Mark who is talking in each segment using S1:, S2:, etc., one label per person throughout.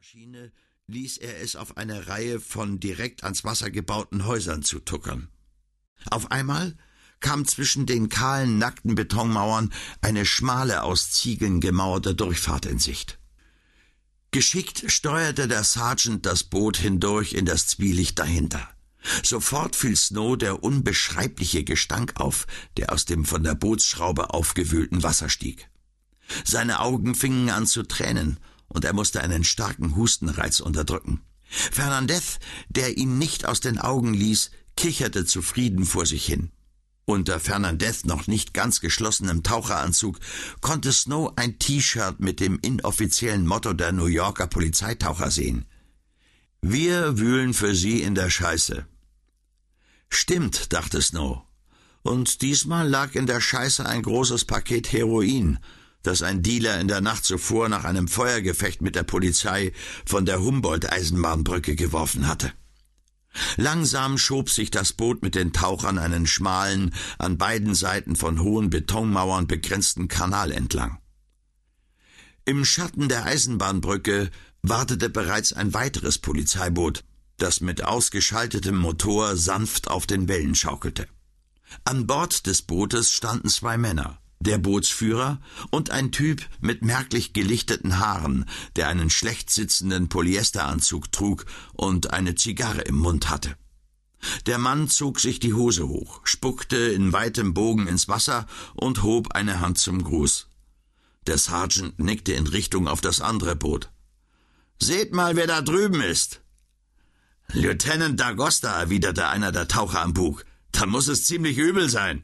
S1: Maschine ließ er es auf eine Reihe von direkt ans Wasser gebauten Häusern zutuckern. Auf einmal kam zwischen den kahlen, nackten Betonmauern eine schmale, aus Ziegeln gemauerte Durchfahrt in Sicht. Geschickt steuerte der Sergeant das Boot hindurch in das Zwielicht dahinter. Sofort fiel Snow der unbeschreibliche Gestank auf, der aus dem von der Bootsschraube aufgewühlten Wasser stieg. Seine Augen fingen an zu tränen, und er musste einen starken Hustenreiz unterdrücken. Fernandez, der ihn nicht aus den Augen ließ, kicherte zufrieden vor sich hin. Unter Fernandez noch nicht ganz geschlossenem Taucheranzug konnte Snow ein T-Shirt mit dem inoffiziellen Motto der New Yorker Polizeitaucher sehen: »Wir wühlen für Sie in der Scheiße.« Stimmt, dachte Snow. Und diesmal lag in der Scheiße ein großes Paket Heroin, das ein Dealer in der Nacht zuvor nach einem Feuergefecht mit der Polizei von der Humboldt-Eisenbahnbrücke geworfen hatte. Langsam schob sich das Boot mit den Tauchern einen schmalen, an beiden Seiten von hohen Betonmauern begrenzten Kanal entlang. Im Schatten der Eisenbahnbrücke wartete bereits ein weiteres Polizeiboot, das mit ausgeschaltetem Motor sanft auf den Wellen schaukelte. An Bord des Bootes standen zwei Männer, der Bootsführer und ein Typ mit merklich gelichteten Haaren, der einen schlecht sitzenden Polyesteranzug trug und eine Zigarre im Mund hatte. Der Mann zog sich die Hose hoch, spuckte in weitem Bogen ins Wasser und hob eine Hand zum Gruß. Der Sergeant nickte in Richtung auf das andere Boot. »Seht mal, wer da drüben ist!« »Lieutenant Dagosta«, erwiderte einer der Taucher am Bug. »Da muss es ziemlich übel sein.«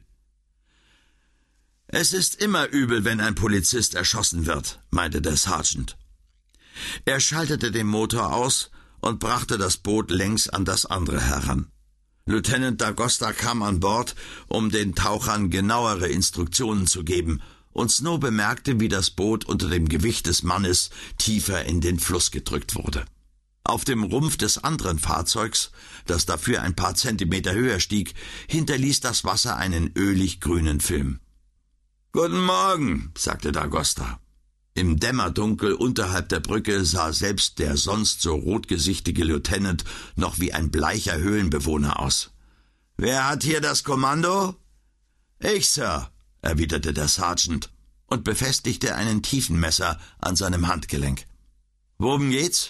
S1: »Es ist immer übel, wenn ein Polizist erschossen wird«, meinte der Sergeant. Er schaltete den Motor aus und brachte das Boot längs an das andere heran. Lieutenant Dagosta kam an Bord, um den Tauchern genauere Instruktionen zu geben, und Snow bemerkte, wie das Boot unter dem Gewicht des Mannes tiefer in den Fluss gedrückt wurde. Auf dem Rumpf des anderen Fahrzeugs, das dafür ein paar Zentimeter höher stieg, hinterließ das Wasser einen ölig-grünen Film. »Guten Morgen«, sagte Dagosta. Im Dämmerdunkel unterhalb der Brücke sah selbst der sonst so rotgesichtige Lieutenant noch wie ein bleicher Höhlenbewohner aus. »Wer hat hier das Kommando?« »Ich, Sir«, erwiderte der Sergeant und befestigte einen Tiefenmesser an seinem Handgelenk. »Worum geht's?«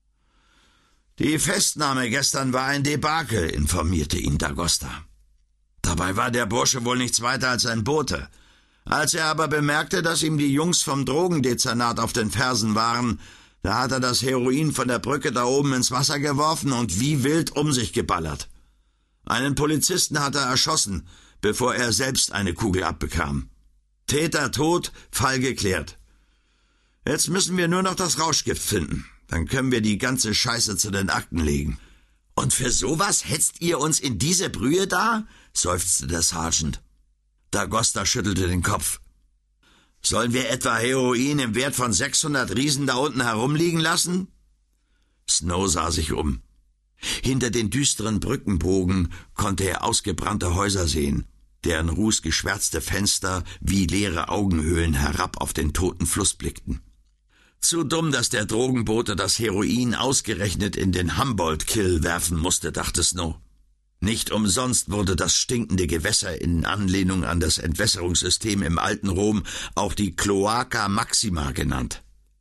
S1: »Die Festnahme gestern war ein Debakel«, informierte ihn Dagosta. »Dabei war der Bursche wohl nichts weiter als ein Bote. Als er aber bemerkte, dass ihm die Jungs vom Drogendezernat auf den Fersen waren, da hat er das Heroin von der Brücke da oben ins Wasser geworfen und wie wild um sich geballert. Einen Polizisten hat er erschossen, bevor er selbst eine Kugel abbekam. Täter tot, Fall geklärt. Jetzt müssen wir nur noch das Rauschgift finden. Dann können wir die ganze Scheiße zu den Akten legen.« »Und für sowas hetzt ihr uns in diese Brühe da?« seufzte der Sergeant. Dagosta schüttelte den Kopf. »Sollen wir etwa Heroin im Wert von 600 Riesen da unten herumliegen lassen?« Snow sah sich um. Hinter den düsteren Brückenbogen konnte er ausgebrannte Häuser sehen, deren rußgeschwärzte Fenster wie leere Augenhöhlen herab auf den toten Fluss blickten. Zu dumm, dass der Drogenbote das Heroin ausgerechnet in den Humboldt-Kill werfen musste, dachte Snow. Nicht umsonst wurde das stinkende Gewässer in Anlehnung an das Entwässerungssystem im alten Rom auch die Cloaca Maxima genannt.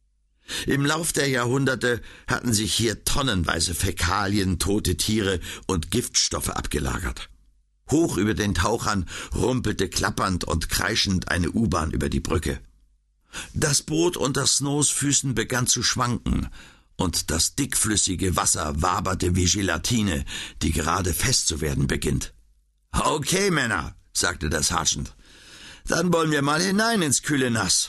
S1: Im Lauf der Jahrhunderte hatten sich hier tonnenweise Fäkalien, tote Tiere und Giftstoffe abgelagert. Hoch über den Tauchern rumpelte klappernd und kreischend eine U-Bahn über die Brücke. Das Boot unter Snows Füßen begann zu schwanken, und das dickflüssige Wasser waberte wie Gelatine, die gerade fest zu werden beginnt. »Okay, Männer«, sagte der Sergeant, »dann wollen wir mal hinein ins kühle Nass.«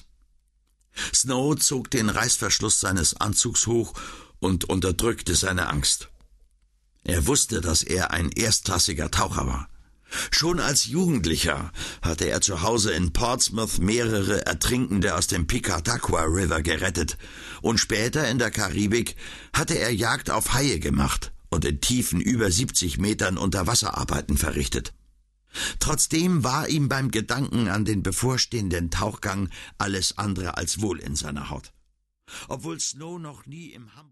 S1: Snow zog den Reißverschluss seines Anzugs hoch und unterdrückte seine Angst. Er wusste, dass er ein erstklassiger Taucher war. Schon als Jugendlicher hatte er zu Hause in Portsmouth mehrere Ertrinkende aus dem Picataqua River gerettet, und später in der Karibik hatte er Jagd auf Haie gemacht und in Tiefen über 70 Metern Unterwasserarbeiten verrichtet. Trotzdem war ihm beim Gedanken an den bevorstehenden Tauchgang alles andere als wohl in seiner Haut. Obwohl Snow noch nie im